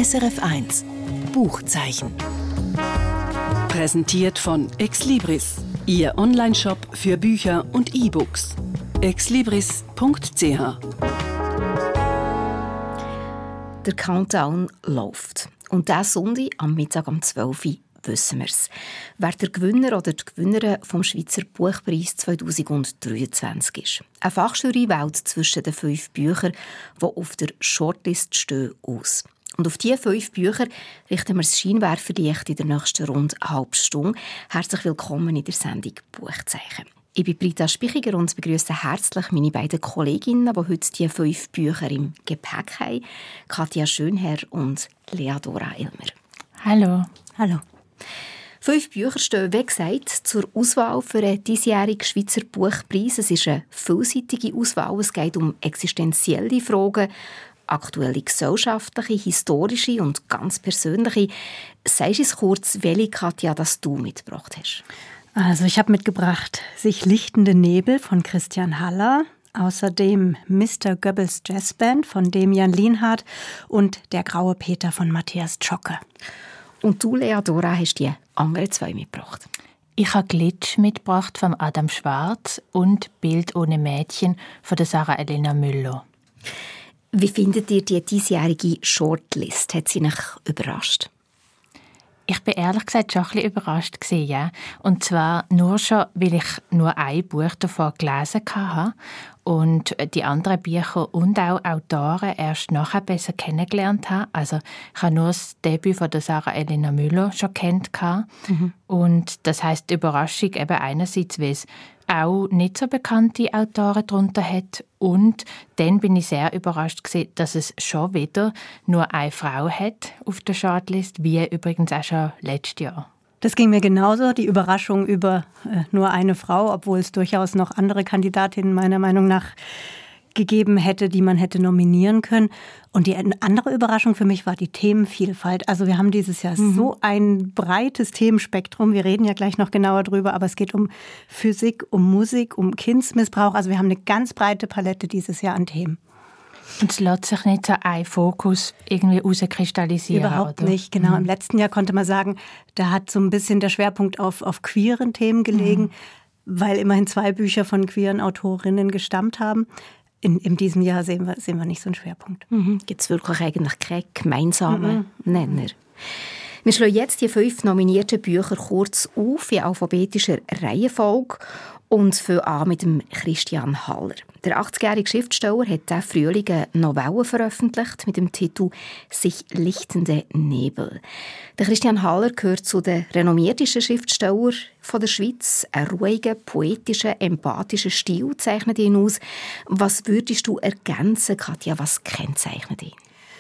SRF 1 Buchzeichen. Präsentiert von Exlibris, Ihr Onlineshop für Bücher und E-Books. exlibris.ch. Der Countdown läuft. Und diesen Sonntag am Mittag um 12 Uhr wissen wir es. Wer der Gewinner oder die Gewinnerin vom Schweizer Buchpreis 2023 ist. Eine Fachjury wählt zwischen den 5 Büchern, die auf der Shortlist stehen, aus. Und auf diese 5 Bücher richten wir das Scheinwerferlicht in der nächsten rund halben Stunde. Herzlich willkommen in der Sendung Buchzeichen. Ich bin Britta Spichiger und begrüße herzlich meine beiden Kolleginnen, die heute die 5 Bücher im Gepäck haben. Katja Schönherr und Lea-Dora Elmer. Hallo. Hallo. 5 Bücher stehen, wie gesagt, zur Auswahl für den diesjährigen Schweizer Buchpreis. Es ist eine vielseitige Auswahl. Es geht um existenzielle Fragen, aktuelle gesellschaftliche, historische und ganz persönliche. Sagst du uns kurz, welche, Katja, das du mitgebracht hast? Also ich habe mitgebracht Sich lichtende Nebel von Christian Haller, außerdem Mr. Goebbels Jazzband von Demian Lienhardt und Der graue Peter von Matthias Zschocke. Und du, Lea-Dora, hast die anderen 2 mitgebracht. Ich habe Glitsch mitgebracht von Adam Schwarz und Bild ohne Mädchen von der Sarah Elena Müller. Wie findet ihr die diesjährige Shortlist? Hat sie euch überrascht? Ich bin ehrlich gesagt schon ein bisschen überrascht gewesen, ja. Und zwar nur schon, weil ich nur ein Buch davon gelesen habe und die anderen Bücher und auch Autoren erst nachher besser kennengelernt habe. Also ich habe nur das Debüt von der Sarah Elena Müller schon kennt. Und das heisst die Überraschung eben einerseits, weil es auch nicht so bekannte Autoren darunter hat. Und dann bin ich sehr überrascht gewesen, dass es schon wieder nur eine Frau hat auf der Shortlist, wie übrigens auch schon letztes Jahr. Das ging mir genauso, die Überraschung über nur eine Frau, obwohl es durchaus noch andere Kandidatinnen meiner Meinung nach gegeben hätte, die man hätte nominieren können. Und die andere Überraschung für mich war die Themenvielfalt. Also wir haben dieses Jahr so ein breites Themenspektrum. Wir reden ja gleich noch genauer drüber, aber es geht um Physik, um Musik, um Kindsmissbrauch. Also wir haben eine ganz breite Palette dieses Jahr an Themen. Und es lässt sich nicht so ein Fokus irgendwie herauskristallisieren. Überhaupt oder? nicht, genau. Im letzten Jahr konnte man sagen, da hat so ein bisschen der Schwerpunkt auf queeren Themen gelegen, weil immerhin 2 Bücher von queeren Autorinnen gestammt haben. In diesem Jahr sehen wir nicht so einen Schwerpunkt. Gibt es wirklich eigentlich keinen gemeinsamen Nenner? Wir schlagen jetzt die 5 nominierten Bücher kurz auf in alphabetischer Reihenfolge und fangen an mit dem Christian Haller. Der 80-jährige Schriftsteller hat diesen Frühling eine Novelle veröffentlicht mit dem Titel «Sich lichtende Nebel». Der Christian Haller gehört zu den renommiertesten Schriftstellern der Schweiz. Ein ruhiger, poetischer, empathischer Stil zeichnet ihn aus. Was würdest du ergänzen, Katja? Was kennzeichnet ihn?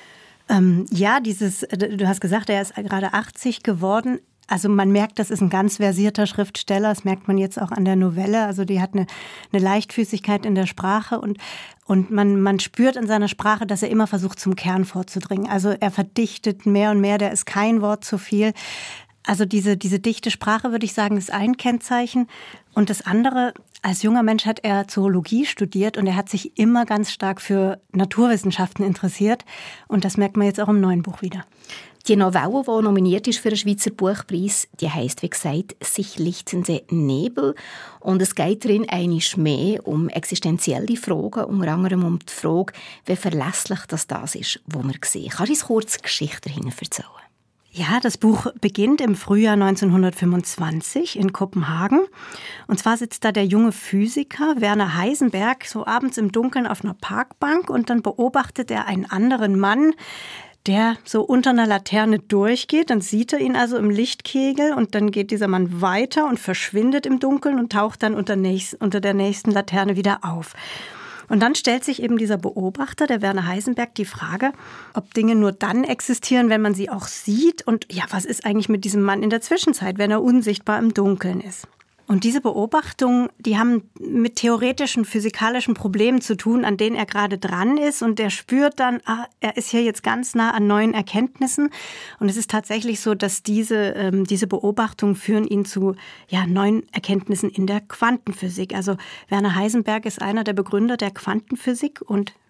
Du hast gesagt, er ist gerade 80 geworden. Also man merkt, das ist ein ganz versierter Schriftsteller. Das merkt man jetzt auch an der Novelle. Also die hat eine Leichtfüßigkeit in der Sprache und man spürt in seiner Sprache, dass er immer versucht, zum Kern vorzudringen. Also er verdichtet mehr und mehr, da ist kein Wort zu viel. Also diese dichte Sprache, würde ich sagen, ist ein Kennzeichen. Und das andere, als junger Mensch hat er Zoologie studiert und er hat sich immer ganz stark für Naturwissenschaften interessiert. Und das merkt man jetzt auch im neuen Buch wieder. Die Novelle, die nominiert ist für den Schweizer Buchpreis, die heisst, wie gesagt, «Sich lichtende Nebel». Und es geht darin einmal mehr um existenzielle Fragen, unter anderem um die Frage, wie verlässlich das ist, was wir sehen. Kannst du uns kurz die Geschichte dahinter erzählen? Ja, das Buch beginnt im Frühjahr 1925 in Kopenhagen. Und zwar sitzt da der junge Physiker Werner Heisenberg so abends im Dunkeln auf einer Parkbank und dann beobachtet er einen anderen Mann, der so unter einer Laterne durchgeht. Dann sieht er ihn also im Lichtkegel und dann geht dieser Mann weiter und verschwindet im Dunkeln und taucht dann unter der nächsten Laterne wieder auf. Und dann stellt sich eben dieser Beobachter, der Werner Heisenberg, die Frage, ob Dinge nur dann existieren, wenn man sie auch sieht. Und ja, was ist eigentlich mit diesem Mann in der Zwischenzeit, wenn er unsichtbar im Dunkeln ist? Und diese Beobachtungen, die haben mit theoretischen, physikalischen Problemen zu tun, an denen er gerade dran ist. Und er spürt dann, er ist hier jetzt ganz nah an neuen Erkenntnissen. Und es ist tatsächlich so, dass diese Beobachtungen führen ihn zu neuen Erkenntnissen in der Quantenphysik. Also Werner Heisenberg ist einer der Begründer der Quantenphysik und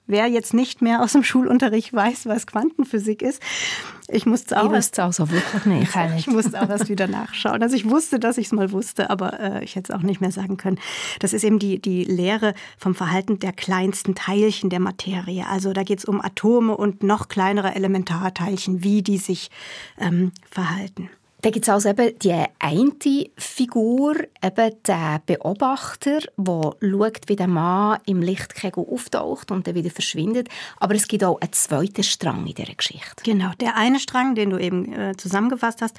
wer jetzt nicht mehr aus dem Schulunterricht weiß, was Quantenphysik ist. Ich wusste auch also wirklich nicht. Ich musste auch erst wieder nachschauen. Also ich wusste, dass ich es mal wusste, aber ich hätte es auch nicht mehr sagen können. Das ist eben die Lehre vom Verhalten der kleinsten Teilchen der Materie. Also da geht es um Atome und noch kleinere Elementarteilchen, wie die sich verhalten. Da gibt es also eben die eine Figur, eben der Beobachter, der schaut, wie der Mann im Lichtkegel auftaucht und dann wieder verschwindet. Aber es gibt auch einen zweiten Strang in dieser Geschichte. Genau, der eine Strang, den du eben zusammengefasst hast,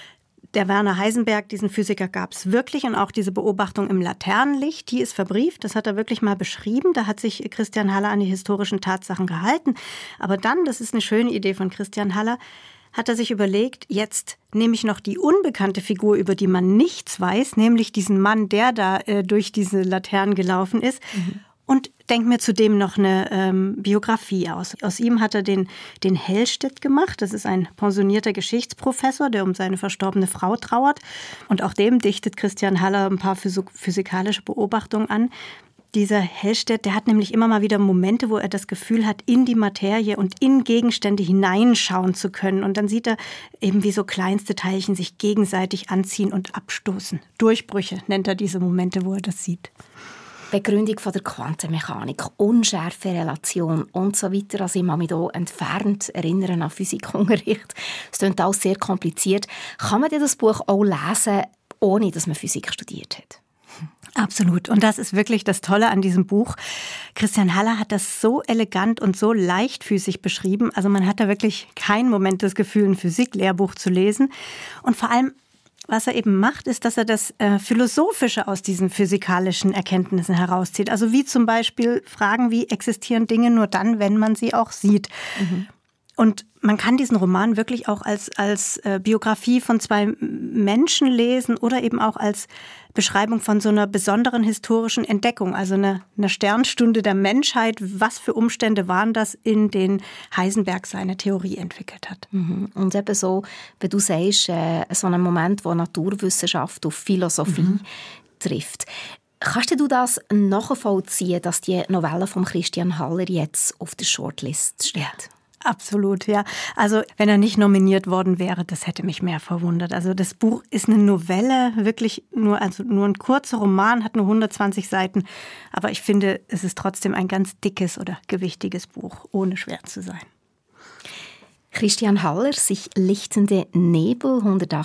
der Werner Heisenberg, diesen Physiker, gab es wirklich. Und auch diese Beobachtung im Laternenlicht, die ist verbrieft. Das hat er wirklich mal beschrieben. Da hat sich Christian Haller an die historischen Tatsachen gehalten. Aber dann, das ist eine schöne Idee von Christian Haller, hat er sich überlegt, jetzt nehme ich noch die unbekannte Figur, über die man nichts weiß, nämlich diesen Mann, der da durch diese Laternen gelaufen ist, und denke mir zudem noch eine Biografie aus. Aus ihm hat er den Hellstedt gemacht. Das ist ein pensionierter Geschichtsprofessor, der um seine verstorbene Frau trauert. Und auch dem dichtet Christian Haller ein paar physikalische Beobachtungen an. Dieser Hellstedt, der hat nämlich immer mal wieder Momente, wo er das Gefühl hat, in die Materie und in Gegenstände hineinschauen zu können. Und dann sieht er eben, wie so kleinste Teilchen sich gegenseitig anziehen und abstoßen. Durchbrüche nennt er diese Momente, wo er das sieht. Begründung von der Quantenmechanik, unschärfe Relation und so weiter. Also ich kann mich hier entfernt erinnern an Physikunterricht. Es klingt alles sehr kompliziert. Kann man das Buch auch lesen, ohne dass man Physik studiert hat? Absolut. Und das ist wirklich das Tolle an diesem Buch. Christian Haller hat das so elegant und so leichtfüßig beschrieben. Also man hat da wirklich keinen Moment das Gefühl, ein Physiklehrbuch zu lesen. Und vor allem, was er eben macht, ist, dass er das Philosophische aus diesen physikalischen Erkenntnissen herauszieht. Also wie zum Beispiel Fragen wie, existieren Dinge nur dann, wenn man sie auch sieht? Und man kann diesen Roman wirklich auch als Biografie von zwei Menschen lesen oder eben auch als Beschreibung von so einer besonderen historischen Entdeckung, also eine Sternstunde der Menschheit. Was für Umstände waren das, in denen Heisenberg seine Theorie entwickelt hat? Und eben so, wenn du sagst, so ein Moment, wo Naturwissenschaft auf Philosophie trifft. Kannst du das nachvollziehen, dass die Novelle von Christian Haller jetzt auf der Shortlist steht? Ja. Absolut, ja. Also wenn er nicht nominiert worden wäre, das hätte mich mehr verwundert. Also das Buch ist eine Novelle, wirklich nur ein kurzer Roman, hat nur 120 Seiten. Aber ich finde, es ist trotzdem ein ganz dickes oder gewichtiges Buch, ohne schwer zu sein. Christian Haller, sich lichtende Nebel,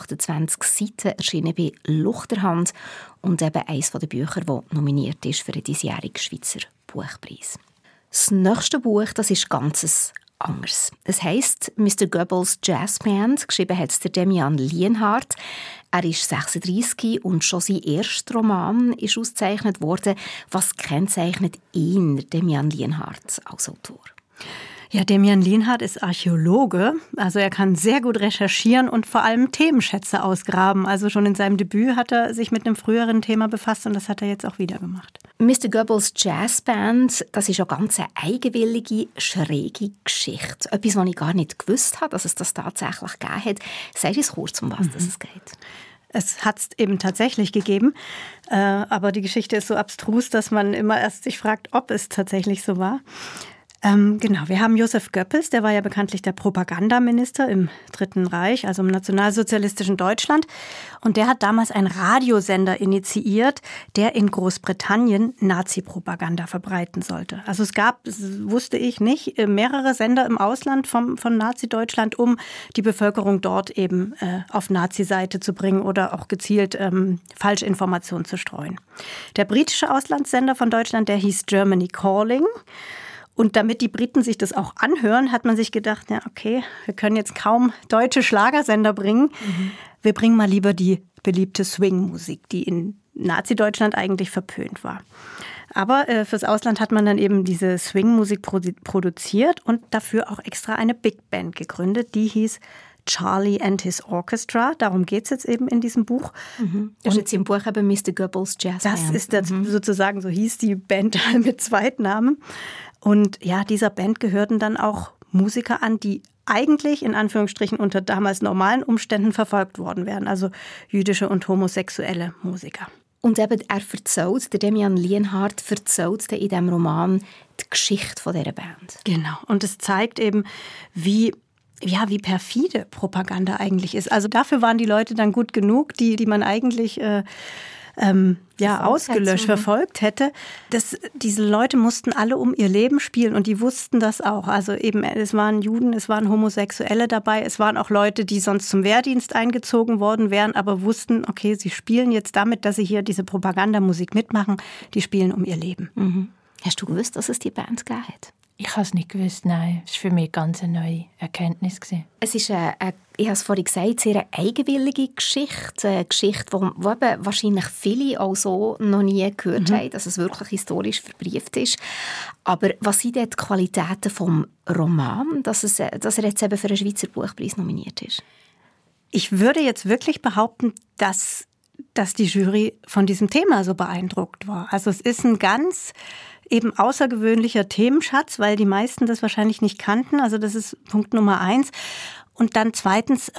128 Seiten, erschienen bei Luchterhand und eben eines der Bücher, das nominiert ist für den diesjährigen Schweizer Buchpreis. Das nächste Buch, das ist ganzes anders. Es heisst Mr. Goebbels Jazz Band, geschrieben hat es der Demian Lienhardt. Er ist 36 und schon sein erster Roman ist ausgezeichnet worden. Was kennzeichnet ihn, Demian Lienhardt, als Autor? Ja, Demian Lienhardt ist Archäologe, also er kann sehr gut recherchieren und vor allem Themenschätze ausgraben. Also schon in seinem Debüt hat er sich mit einem früheren Thema befasst und das hat er jetzt auch wieder gemacht. Mr. Goebbels Jazz Band, das ist eine ganz eigenwillige, schräge Geschichte. Etwas, was ich gar nicht gewusst habe, dass es das tatsächlich gegeben hat. Sag uns kurz, um was es geht. Es hat es eben tatsächlich gegeben, aber die Geschichte ist so abstrus, dass man immer erst sich fragt, ob es tatsächlich so war. Genau, wir haben Josef Goebbels, der war ja bekanntlich der Propagandaminister im Dritten Reich, also im nationalsozialistischen Deutschland. Und der hat damals einen Radiosender initiiert, der in Großbritannien Nazi-Propaganda verbreiten sollte. Also es gab, das wusste ich nicht, mehrere Sender im Ausland von Nazi-Deutschland, um die Bevölkerung dort eben auf Nazi-Seite zu bringen oder auch gezielt Falschinformationen zu streuen. Der britische Auslandssender von Deutschland, der hieß Germany Calling. Und damit die Briten sich das auch anhören, hat man sich gedacht, ja okay, wir können jetzt kaum deutsche Schlagersender bringen. Wir bringen mal lieber die beliebte Swing-Musik, die in Nazi-Deutschland eigentlich verpönt war. Aber fürs Ausland hat man dann eben diese Swing-Musik produziert und dafür auch extra eine Big Band gegründet, die hieß Charlie and his Orchestra. Darum geht es jetzt eben in diesem Buch. Das ist jetzt im Buch eben Mr. Goebbels Jazz Band. Das ist das sozusagen, so hieß die Band mit Zweitnamen. Und ja, dieser Band gehörten dann auch Musiker an, die eigentlich in Anführungsstrichen unter damals normalen Umständen verfolgt worden wären. Also jüdische und homosexuelle Musiker. Und eben, der Demian Lienhardt erzählt in diesem Roman die Geschichte von dieser Band. Genau. Und es zeigt eben, wie perfide Propaganda eigentlich ist. Also dafür waren die Leute dann gut genug, die man eigentlich ausgelöscht, verfolgt hätte. Diese Leute mussten alle um ihr Leben spielen und die wussten das auch. Also eben, es waren Juden, es waren Homosexuelle dabei, es waren auch Leute, die sonst zum Wehrdienst eingezogen worden wären, aber wussten, okay, sie spielen jetzt damit, dass sie hier diese Propagandamusik mitmachen, die spielen um ihr Leben. Mhm. Hast du gewusst, dass es die Band gegeben hat? Ich habe es nicht gewusst, nein. Es war für mich ganz eine neue Erkenntnis. Es ist ich habe es vorhin gesagt, sehr eine eigenwillige Geschichte. Eine Geschichte, die eben wahrscheinlich viele auch so noch nie gehört haben, dass es wirklich historisch verbrieft ist. Aber was sind denn die Qualitäten vom Roman, dass er jetzt eben für den Schweizer Buchpreis nominiert ist? Ich würde jetzt wirklich behaupten, dass die Jury von diesem Thema so beeindruckt war. Also es ist ein ganz eben außergewöhnlicher Themenschatz, weil die meisten das wahrscheinlich nicht kannten. Also das ist Punkt Nummer 1. Und dann zweitens,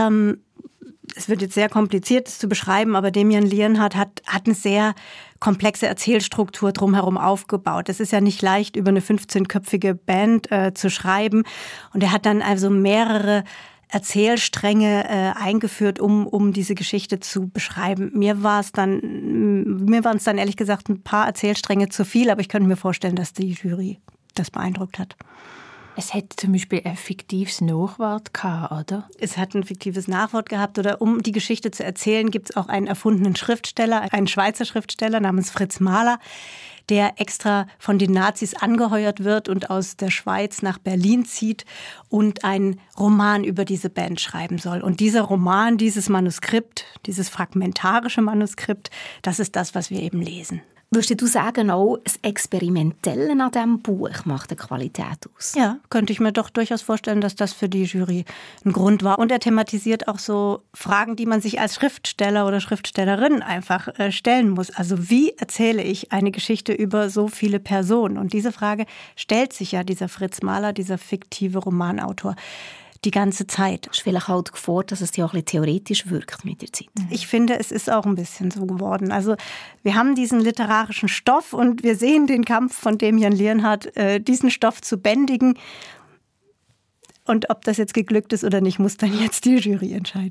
es wird jetzt sehr kompliziert, das zu beschreiben, aber Demian Lienhardt hat eine sehr komplexe Erzählstruktur drumherum aufgebaut. Es ist ja nicht leicht, über eine 15-köpfige Band zu schreiben. Und er hat dann also mehrere Erzählstränge eingeführt, um diese Geschichte zu beschreiben. Mir waren es dann ehrlich gesagt ein paar Erzählstränge zu viel, aber ich könnte mir vorstellen, dass die Jury das beeindruckt hat. Es hätte zum Beispiel ein fiktives Nachwort gehabt, oder? Es hat ein fiktives Nachwort gehabt. Oder um die Geschichte zu erzählen, gibt es auch einen erfundenen Schriftsteller, einen Schweizer Schriftsteller namens Fritz Mahler, der extra von den Nazis angeheuert wird und aus der Schweiz nach Berlin zieht und einen Roman über diese Band schreiben soll. Und dieser Roman, dieses Manuskript, dieses fragmentarische Manuskript, das ist das, was wir eben lesen. Würdest du sagen, auch das Experimentelle an diesem Buch macht eine Qualität aus? Ja, könnte ich mir doch durchaus vorstellen, dass das für die Jury ein Grund war. Und er thematisiert auch so Fragen, die man sich als Schriftsteller oder Schriftstellerin einfach stellen muss. Also wie erzähle ich eine Geschichte über so viele Personen? Und diese Frage stellt sich ja dieser Fritz Mahler, dieser fiktive Romanautor, die ganze Zeit. Es ist vielleicht auch die Gefahr, dass es ja auch ein bisschen theoretisch wirkt mit der Zeit. Ich finde, es ist auch ein bisschen so geworden. Also wir haben diesen literarischen Stoff und wir sehen den Kampf von Demian Lienhardt, diesen Stoff zu bändigen. Und ob das jetzt geglückt ist oder nicht, muss dann jetzt die Jury entscheiden.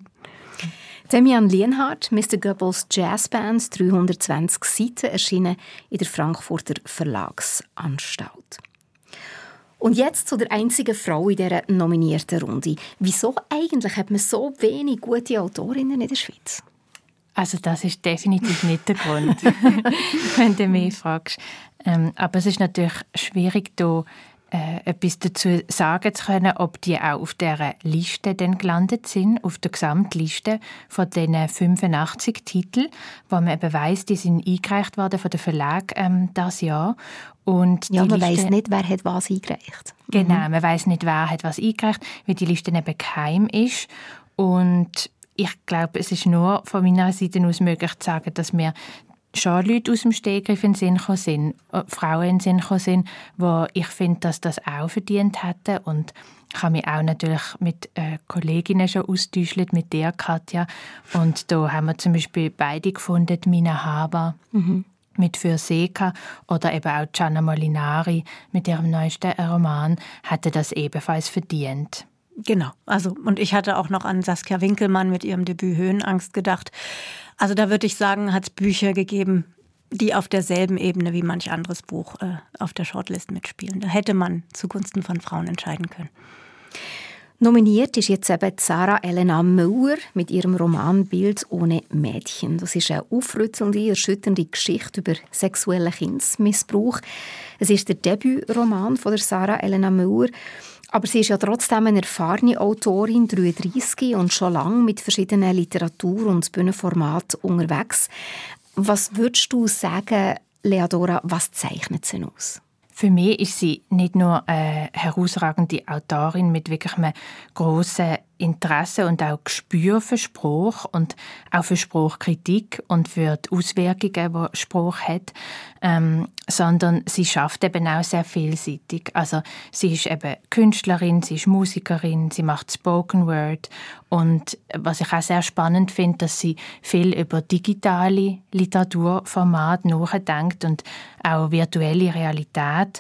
Demian Lienhardt, Mr. Goebbels Jazzband, 320 Seiten, erschienen in der Frankfurter Verlagsanstalt. Und jetzt zu der einzigen Frau in dieser nominierten Runde. Wieso eigentlich hat man so wenig gute Autorinnen in der Schweiz? Also das ist definitiv nicht der Grund, wenn du mich fragst. Aber es ist natürlich schwierig, da etwas dazu sagen zu können, ob die auch auf dieser Liste dann gelandet sind, auf der Gesamtliste von diesen 85 Titeln, wo man eben weiss, die sind eingereicht worden von den Verlag dieses Jahr. Und ja, man weiss nicht, wer hat was eingereicht. Genau, man weiss nicht, wer hat was eingereicht, weil die Liste eben geheim ist. Und ich glaube, es ist nur von meiner Seite aus möglich zu sagen, dass wir schon Leute aus dem Stegreif in den Sinn gekommen sind, Frauen in den Sinn gekommen sind, die ich finde, dass das auch verdient hätten. Und ich habe mich auch natürlich mit Kolleginnen schon austauscht, mit dir, Katja. Und da haben wir zum Beispiel beide gefunden, Mina Haber mit «Für Seka» oder eben auch Gianna Molinari mit ihrem neuesten Roman hätte das ebenfalls verdient. Genau. Also, und ich hatte auch noch an Saskia Winkelmann mit ihrem Debüt «Höhenangst» gedacht. Also da würde ich sagen, hat es Bücher gegeben, die auf derselben Ebene wie manch anderes Buch auf der Shortlist mitspielen. Da hätte man zugunsten von Frauen entscheiden können. Nominiert ist jetzt eben Sarah Elena Müller mit ihrem Roman «Bild ohne Mädchen». Das ist eine aufrüttelnde, erschütternde Geschichte über sexuellen Kindesmissbrauch. Es ist der Debütroman von der Sarah Elena Müller. Aber sie ist ja trotzdem eine erfahrene Autorin, 33 und schon lange mit verschiedenen Literatur- und Bühnenformaten unterwegs. Was würdest du sagen, Leadora, was zeichnet sie aus? Für mich ist sie nicht nur eine herausragende Autorin mit wirklich einem grossen Interesse und auch Gespür für Spruch und auch für Spruchkritik und für die Auswirkungen, die Spruch hat, sondern sie schafft eben auch sehr vielseitig. Also sie ist eben Künstlerin, sie ist Musikerin, sie macht Spoken Word und was ich auch sehr spannend finde, dass sie viel über digitale Literaturformate nachdenkt und auch virtuelle Realität.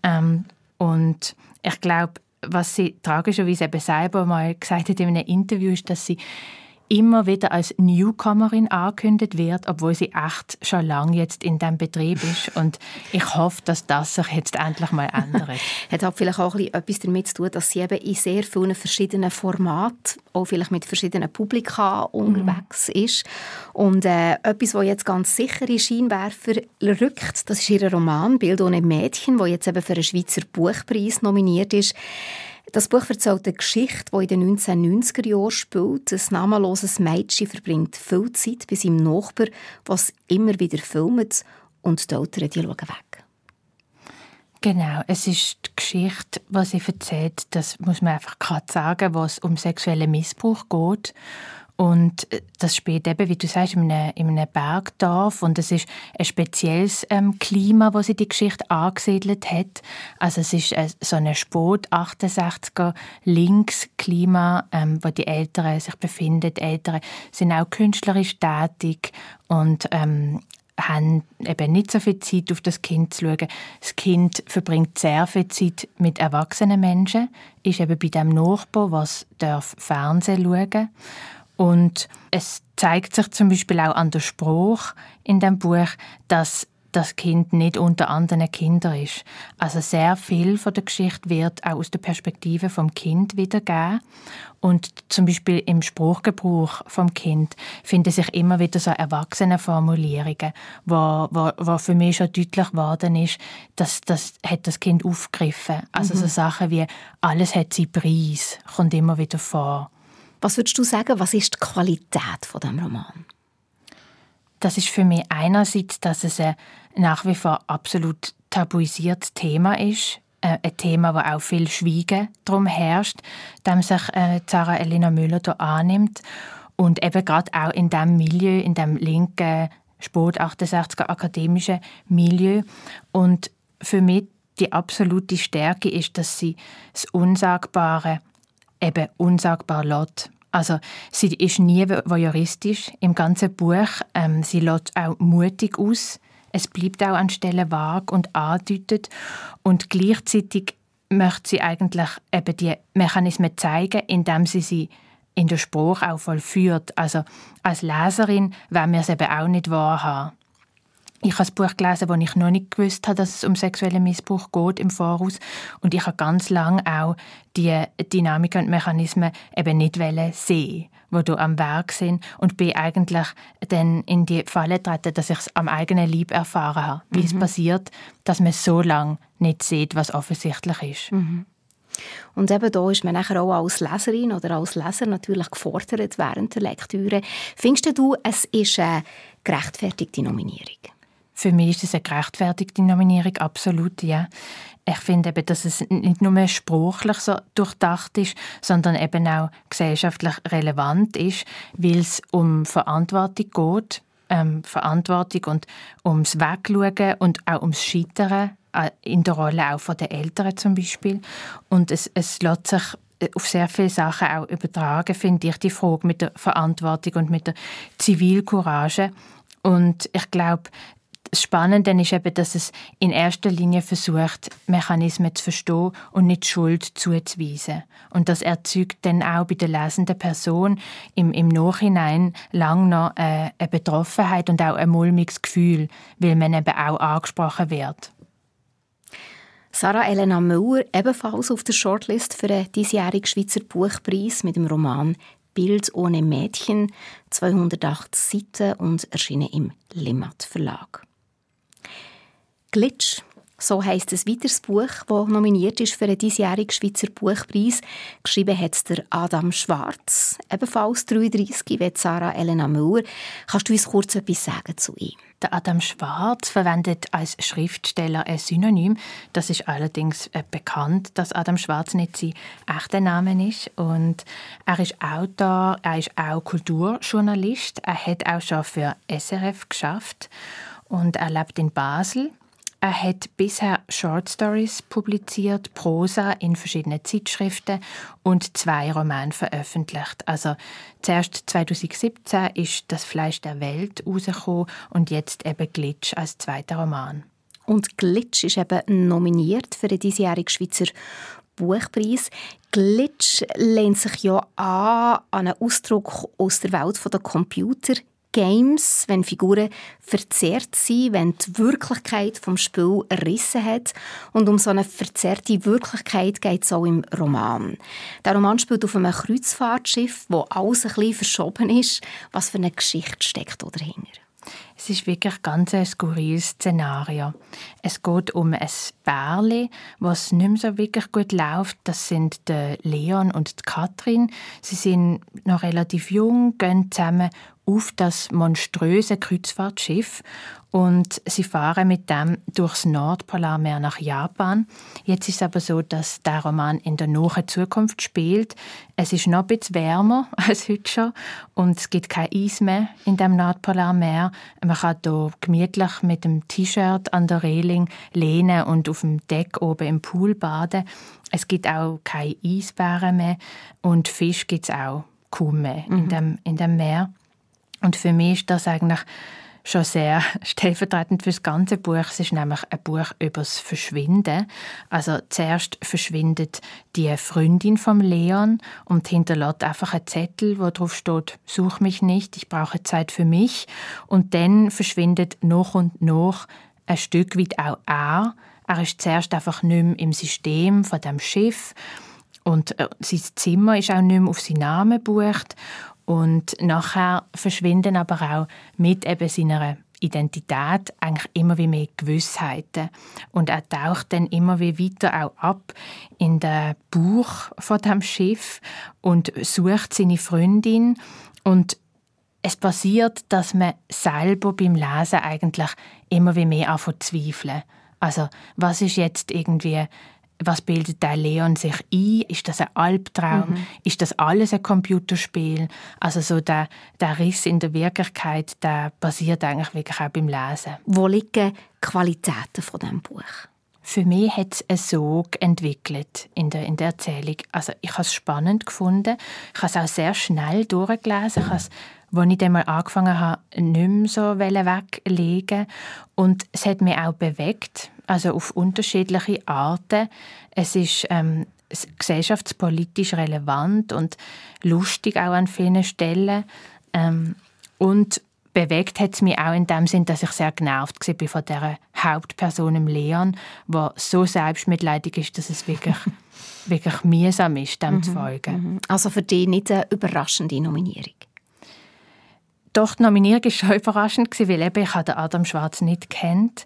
Und ich glaube, was sie tragischerweise eben selber mal gesagt hat in einem Interview, ist, dass sie immer wieder als Newcomerin angekündigt wird, obwohl sie echt schon lange jetzt in diesem Betrieb ist. Und ich hoffe, dass das sich jetzt endlich mal ändert. Hat halt vielleicht auch etwas damit zu tun, dass sie eben in sehr vielen verschiedenen Formaten, auch vielleicht mit verschiedenen Publika unterwegs ist. Und etwas, was jetzt ganz sicher in Scheinwerfer rückt, das ist ihr Roman «Bild ohne Mädchen», der jetzt eben für einen Schweizer Buchpreis nominiert ist. Das Buch erzählt eine Geschichte, die in den 1990er Jahren spielt. Ein namenloses Mädchen verbringt viel Zeit bei seinem Nachbar, was immer wieder filmt, und die Eltern die schauen weg. Genau, es ist die Geschichte, die sie erzählt, das muss man einfach gerade sagen, wo es um sexuellen Missbrauch geht. Und das spielt eben, wie du sagst, in einem Bergdorf. Und es ist ein spezielles Klima, das sie die Geschichte angesiedelt hat. Also es ist so ein Spät-68er Linksklima, wo die Eltern sich befinden. Die Eltern sind auch künstlerisch tätig und haben eben nicht so viel Zeit, auf das Kind zu schauen. Das Kind verbringt sehr viel Zeit mit erwachsenen Menschen, ist eben bei dem Nachbar, was Fernsehen schauen darf. Und es zeigt sich zum Beispiel auch an der Spruch in dem Buch, dass das Kind nicht unter anderen Kindern ist. Also sehr viel von der Geschichte wird auch aus der Perspektive vom Kind wiedergegeben. Und zum Beispiel im Spruchgebrauch vom Kind finden sich immer wieder so erwachsene Formulierungen, wo für mich schon deutlich geworden ist, dass das hat das Kind aufgegriffen. Also so Sachen wie «alles hat seinen Preis» kommt immer wieder vor. Was würdest du sagen, was ist die Qualität von diesem Roman? Das ist für mich einerseits, dass es ein nach wie vor absolut tabuisiertes Thema ist. Ein Thema, wo auch viel Schweigen darum herrscht, dem sich Sarah Elena Müller hier annimmt. Und eben gerade auch in diesem Milieu, in dem linken, spät 68er akademischen Milieu. Und für mich die absolute Stärke ist, dass sie das Unsagbare eben unsagbar lässt. Also sie ist nie voyeuristisch im ganzen Buch. Sie lässt auch mutig aus. Es bleibt auch an Stellen vage und andeutet. Und gleichzeitig möchte sie eigentlich eben die Mechanismen zeigen, indem sie in der Sprache auch vollführt. Also als Leserin wollen wir es eben auch nicht wahrhaben. Ich habe das Buch gelesen, wo ich noch nicht gewusst habe, dass es um sexuellen Missbrauch geht im Voraus. Und ich habe ganz lange auch die Dynamiken und Mechanismen eben nicht sehen, die hier am Werk sind. Und bin eigentlich dann in die Falle getreten, dass ich es am eigenen Leib erfahren habe. Wie es passiert, dass man so lange nicht sieht, was offensichtlich ist. Und eben da ist man nachher auch als Leserin oder als Leser natürlich gefordert während der Lektüre. Findest du, es ist eine gerechtfertigte Nominierung? Für mich ist es eine gerechtfertigte Nominierung, absolut, ja. Ich finde eben, dass es nicht nur sprachlich so durchdacht ist, sondern eben auch gesellschaftlich relevant ist, weil es um Verantwortung geht, Verantwortung und ums Wegschauen und auch ums Scheitern, in der Rolle auch der Eltern zum Beispiel. Und es lässt sich auf sehr viele Sachen auch übertragen, finde ich, die Frage mit der Verantwortung und mit der Zivilcourage. Und ich glaube, das Spannende ist eben, dass es in erster Linie versucht, Mechanismen zu verstehen und nicht Schuld zuzuweisen. Und das erzeugt dann auch bei der lesenden Person im Nachhinein lang noch eine Betroffenheit und auch ein mulmiges Gefühl, weil man eben auch angesprochen wird. Sarah Elena Müller, ebenfalls auf der Shortlist für den diesjährigen Schweizer Buchpreis mit dem Roman «Bild ohne Mädchen», 208 Seiten und erschienen im Limmat Verlag. Glitch, So heisst ein weiteres Buch, das nominiert ist für den diesjährigen Schweizer Buchpreis. Geschrieben hat der Adam Schwarz, ebenfalls 33, wie Sarah Elena Müller. Kannst du uns kurz etwas sagen zu ihm? Der Adam Schwarz verwendet als Schriftsteller ein Synonym. Das ist allerdings bekannt, dass Adam Schwarz nicht sein echter Name ist. Und er ist Autor, er ist auch Kulturjournalist. Er hat auch schon für SRF geschafft und er lebt in Basel. Er hat bisher Short Stories publiziert, Prosa in verschiedenen Zeitschriften und 2 Romane veröffentlicht. Also zuerst 2017 ist «Das Fleisch der Welt» rausgekommen und jetzt eben «Glitch» als 2. Roman. Und «Glitch» ist eben nominiert für den diesjährigen Schweizer Buchpreis. «Glitch» lehnt sich ja an einen Ausdruck aus der Welt der Computer. Games, wenn Figuren verzerrt sind, wenn die Wirklichkeit vom Spiel errissen hat. Und um so eine verzerrte Wirklichkeit geht es auch im Roman. Der Roman spielt auf einem Kreuzfahrtschiff, wo alles ein bisschen verschoben ist. Was für eine Geschichte steckt dahinter? Es ist wirklich ganz ein skurriles Szenario. Es geht um ein Pärchen, was nicht mehr so wirklich gut läuft. Das sind der Leon und die Katrin. Sie sind noch relativ jung, gehen zusammen auf das monströse Kreuzfahrtschiff und sie fahren mit dem durchs Nordpolarmeer nach Japan. Jetzt ist es aber so, dass der Roman in der nahen Zukunft spielt. Es ist noch ein bisschen wärmer als heute schon und es gibt kein Eis mehr in dem Nordpolarmeer. Man kann hier gemütlich mit dem T-Shirt an der Reling lehnen und auf dem Deck oben im Pool baden. Es gibt auch keine Eisbären mehr und Fisch gibt es auch kaum mehr in dem Meer. Und für mich ist das eigentlich schon sehr stellvertretend für das ganze Buch. Es ist nämlich ein Buch über das Verschwinden. Also zuerst verschwindet die Freundin vom Leon und hinterlässt einfach einen Zettel, wo drauf steht: «Such mich nicht, ich brauche Zeit für mich.» Und dann verschwindet nach und nach ein Stück weit auch er. Er ist zuerst einfach nicht mehr im System von dem Schiff und sein Zimmer ist auch nicht mehr auf seinen Namen gebucht. Und nachher verschwinden aber auch mit eben seiner Identität eigentlich immer wie mehr Gewissheiten. Und er taucht dann immer wie weiter auch ab in den Bauch von dem Schiff und sucht seine Freundin. Und es passiert, dass man selber beim Lesen eigentlich immer wie mehr anfängt zu zweifeln. Also was ist jetzt irgendwie... Was bildet der Leon sich ein? Ist das ein Albtraum? Ist das alles ein Computerspiel? Also so der Riss in der Wirklichkeit, der passiert eigentlich wirklich auch beim Lesen. Wo liegen die Qualitäten von diesem Buch? Für mich hat es einen Sog entwickelt in der Erzählung. Also ich habe es spannend gefunden. Ich habe es auch sehr schnell durchgelesen. Als ich dann mal angefangen habe, nicht mehr so weglegen. Und es hat mich auch bewegt, also auf unterschiedliche Arten. Es ist gesellschaftspolitisch relevant und lustig auch an vielen Stellen. Und bewegt hat es mich auch in dem Sinn, dass ich sehr genervt war von dieser Hauptperson, im Leon, die so selbstmitleidig ist, dass es wirklich, wirklich mühsam ist, dem zu folgen. Also für dich nicht eine überraschende Nominierung? Doch, die Nominierung war schon überraschend, weil eben ich den Adam Schwarz nicht kennt.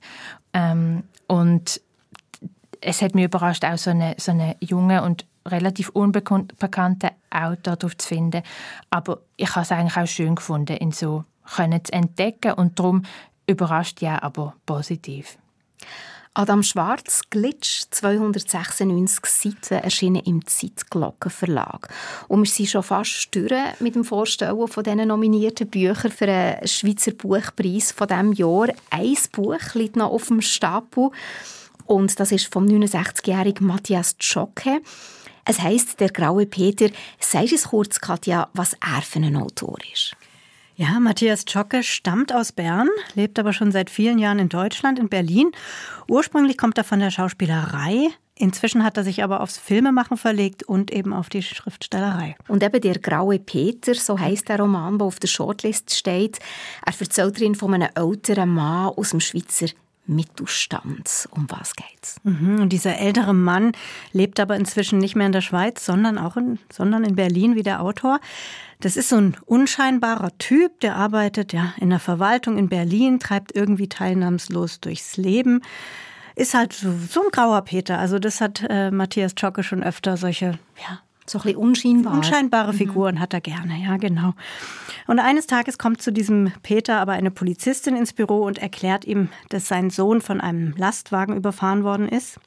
Und es hat mich überrascht, auch so eine junge und relativ unbekannte Autor darauf zu finden. Aber ich habe es eigentlich auch schön gefunden, ihn so zu entdecken. Und darum überrascht ja, aber positiv. Adam Schwarz, «Glitch», 296 Seiten, erschienen im Zeitglocken Verlag. Und wir sind schon fast durch mit dem Vorstellen von diesen nominierten Büchern für den Schweizer Buchpreis von diesem Jahr. Ein Buch liegt noch auf dem Stapel und das ist vom 69-jährigen Matthias Zschocke. Es heisst «Der graue Peter». Sagst du es kurz, Katja, was er für ein Autor ist? Ja, Matthias Zschocke stammt aus Bern, lebt aber schon seit vielen Jahren in Deutschland, in Berlin. Ursprünglich kommt er von der Schauspielerei. Inzwischen hat er sich aber aufs Filmemachen verlegt und eben auf die Schriftstellerei. Und eben «Der graue Peter», so heisst der Roman, der auf der Shortlist steht. Er erzählt darin von einem älteren Mann aus dem Schweizer Mittelstand. Um was geht's? Und dieser ältere Mann lebt aber inzwischen nicht mehr in der Schweiz, sondern in Berlin wie der Autor. Das ist so ein unscheinbarer Typ, der arbeitet in der Verwaltung in Berlin, treibt irgendwie teilnahmslos durchs Leben. ist halt so ein grauer Peter. Also das hat Matthias Zschocke schon öfter solche, ja, so ein bisschen unscheinbare Figuren hat er gerne, ja, genau. Und eines Tages kommt zu diesem Peter aber eine Polizistin ins Büro und erklärt ihm, dass sein Sohn von einem Lastwagen überfahren worden ist.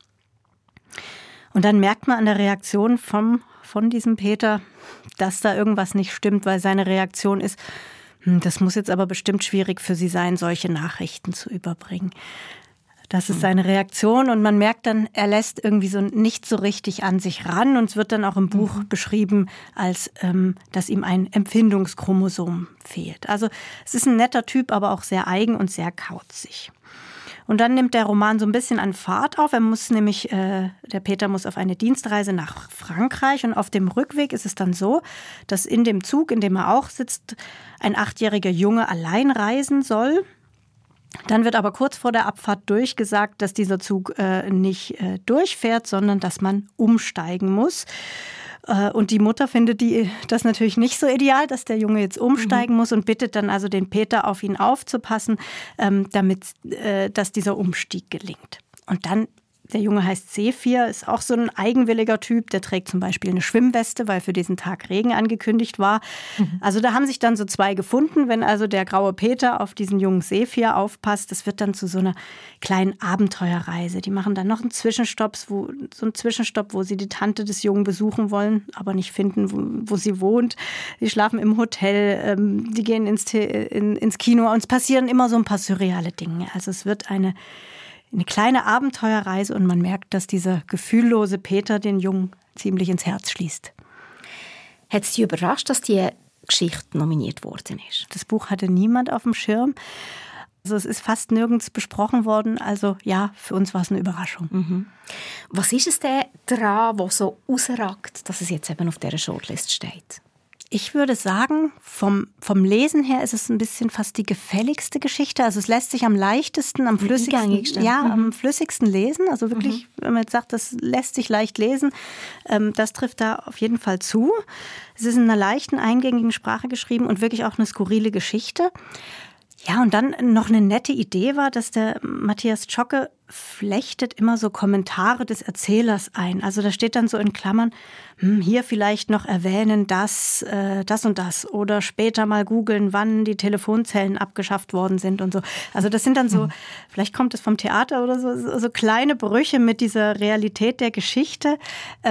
Und dann merkt man an der Reaktion von diesem Peter, dass da irgendwas nicht stimmt, weil seine Reaktion ist, das muss jetzt aber bestimmt schwierig für Sie sein, solche Nachrichten zu überbringen. Das ist seine Reaktion und man merkt dann, er lässt irgendwie so nicht so richtig an sich ran und es wird dann auch im Buch beschrieben, als dass ihm ein Empfindungschromosom fehlt. Also es ist ein netter Typ, aber auch sehr eigen und sehr kauzig. Und dann nimmt der Roman so ein bisschen an Fahrt auf. Er muss nämlich, der Peter muss auf eine Dienstreise nach Frankreich und auf dem Rückweg ist es dann so, dass in dem Zug, in dem er auch sitzt, ein 8-jähriger Junge allein reisen soll. Dann wird aber kurz vor der Abfahrt durchgesagt, dass dieser Zug nicht durchfährt, sondern dass man umsteigen muss. Und die Mutter findet das natürlich nicht so ideal, dass der Junge jetzt umsteigen muss und bittet dann also den Peter, auf ihn aufzupassen, damit dass dieser Umstieg gelingt. Und dann, der Junge heißt Sephir, ist auch so ein eigenwilliger Typ, der trägt zum Beispiel eine Schwimmweste, weil für diesen Tag Regen angekündigt war. Also da haben sich dann so zwei gefunden, wenn also der graue Peter auf diesen jungen Sephir aufpasst, das wird dann zu so einer kleinen Abenteuerreise. Die machen dann noch einen Zwischenstopp, wo sie die Tante des Jungen besuchen wollen, aber nicht finden, wo sie wohnt. Die schlafen im Hotel, die gehen ins Kino und es passieren immer so ein paar surreale Dinge. Also es wird eine kleine Abenteuerreise und man merkt, dass dieser gefühllose Peter den Jungen ziemlich ins Herz schließt. Hat es dich überrascht, dass die Geschichte nominiert worden ist? Das Buch hatte niemand auf dem Schirm. Also es ist fast nirgends besprochen worden. Also ja, für uns war es eine Überraschung. Was ist es denn daran, was so rausragt, dass es jetzt eben auf dieser Shortlist steht? Ich würde sagen, vom Lesen her ist es ein bisschen fast die gefälligste Geschichte. Also es lässt sich am leichtesten, am flüssigsten lesen. Also wirklich, wenn man jetzt sagt, das lässt sich leicht lesen, das trifft da auf jeden Fall zu. Es ist in einer leichten, eingängigen Sprache geschrieben und wirklich auch eine skurrile Geschichte. Ja, und dann noch eine nette Idee war, dass der Matthias Zschocke flechtet immer so Kommentare des Erzählers ein. Also da steht dann so in Klammern, hier vielleicht noch erwähnen, das und das oder später mal googeln, wann die Telefonzellen abgeschafft worden sind und so. Also das sind dann so, vielleicht kommt es vom Theater oder so kleine Brüche mit dieser Realität der Geschichte.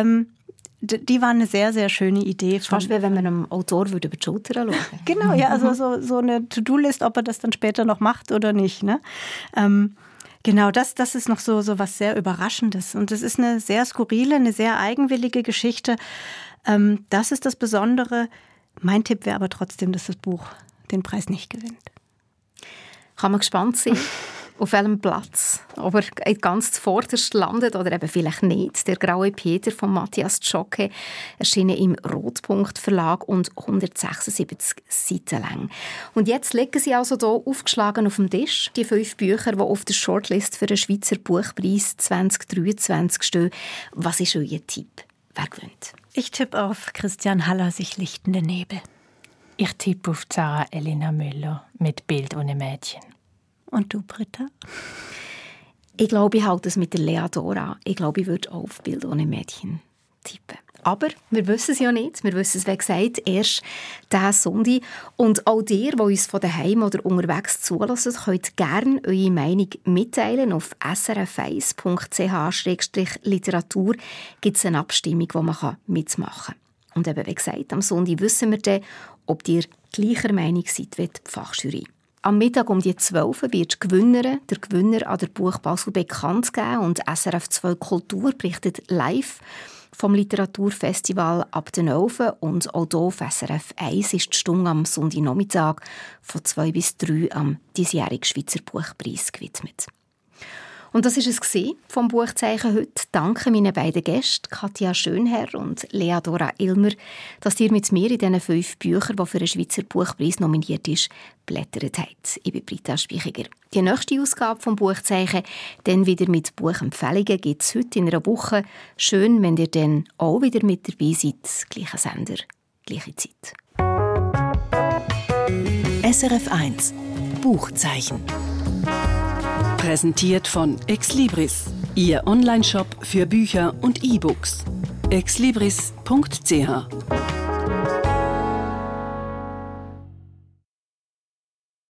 Die war eine sehr, sehr schöne Idee. Fast wie wenn man einem Autor über die Schulter schauen würde. Genau, ja, also so eine To-Do-List, ob er das dann später noch macht oder nicht. Ne? Genau, das ist noch so was sehr Überraschendes. Und es ist eine sehr skurrile, eine sehr eigenwillige Geschichte. Das ist das Besondere. Mein Tipp wäre aber trotzdem, dass das Buch den Preis nicht gewinnt. Kann man gespannt sein, auf welchem Platz, ob er ganz zuvorderst landet oder eben vielleicht nicht. Der graue Peter von Matthias Zschocke, erschienen im Rotpunkt Verlag und 176 Seiten lang. Und jetzt liegen sie also hier aufgeschlagen auf dem Tisch, die 5 Bücher, die auf der Shortlist für den Schweizer Buchpreis 2023 stehen. Was ist euer Tipp? Wer gewinnt? Ich tippe auf Christian Haller, sich lichtende Nebel. Ich tippe auf Sarah Elena Müller mit Bild ohne Mädchen. Und du, Britta? Ich glaube, ich halte es mit der Lea Dora. Ich glaube, ich würde auch auf Bild ohne Mädchen tippen. Aber wir wissen es ja nicht. Wir wissen es, wie gesagt, erst diesen Sonntag. Und auch ihr, die uns von daheim oder unterwegs zulassen, könnt gerne eure Meinung mitteilen. Auf srf1.ch/literatur gibt es eine Abstimmung, wo man mitmachen kann. Und eben, wie gesagt, am Sonntag wissen wir dann, ob ihr gleicher Meinung seid wie die Fachjury. Am Mittag um die 12 Uhr wird der Gewinner an der Buch Basel bekannt geben und SRF 2 Kultur berichtet live vom Literaturfestival ab den 11 und auch hier auf SRF 1 ist die Stunde am Sonntagnachmittag von 2 bis 3 am diesjährigen Schweizer Buchpreis gewidmet. Und das war es vom Buchzeichen heute. Danke meinen beiden Gästen, Katja Schönherr und Lea Dora Ilmer, dass ihr mit mir in diesen 5 Büchern, die für den Schweizer Buchpreis nominiert ist, blättert habt. Ich bin Britta Speichiger. Die nächste Ausgabe vom Buchzeichen, dann wieder mit Buchempfehlungen, gibt es heute in einer Woche. Schön, wenn ihr dann auch wieder mit dabei seid. Gleicher Sender, gleiche Zeit. SRF 1 Buchzeichen. Präsentiert von Exlibris, Ihr Onlineshop für Bücher und E-Books. exlibris.ch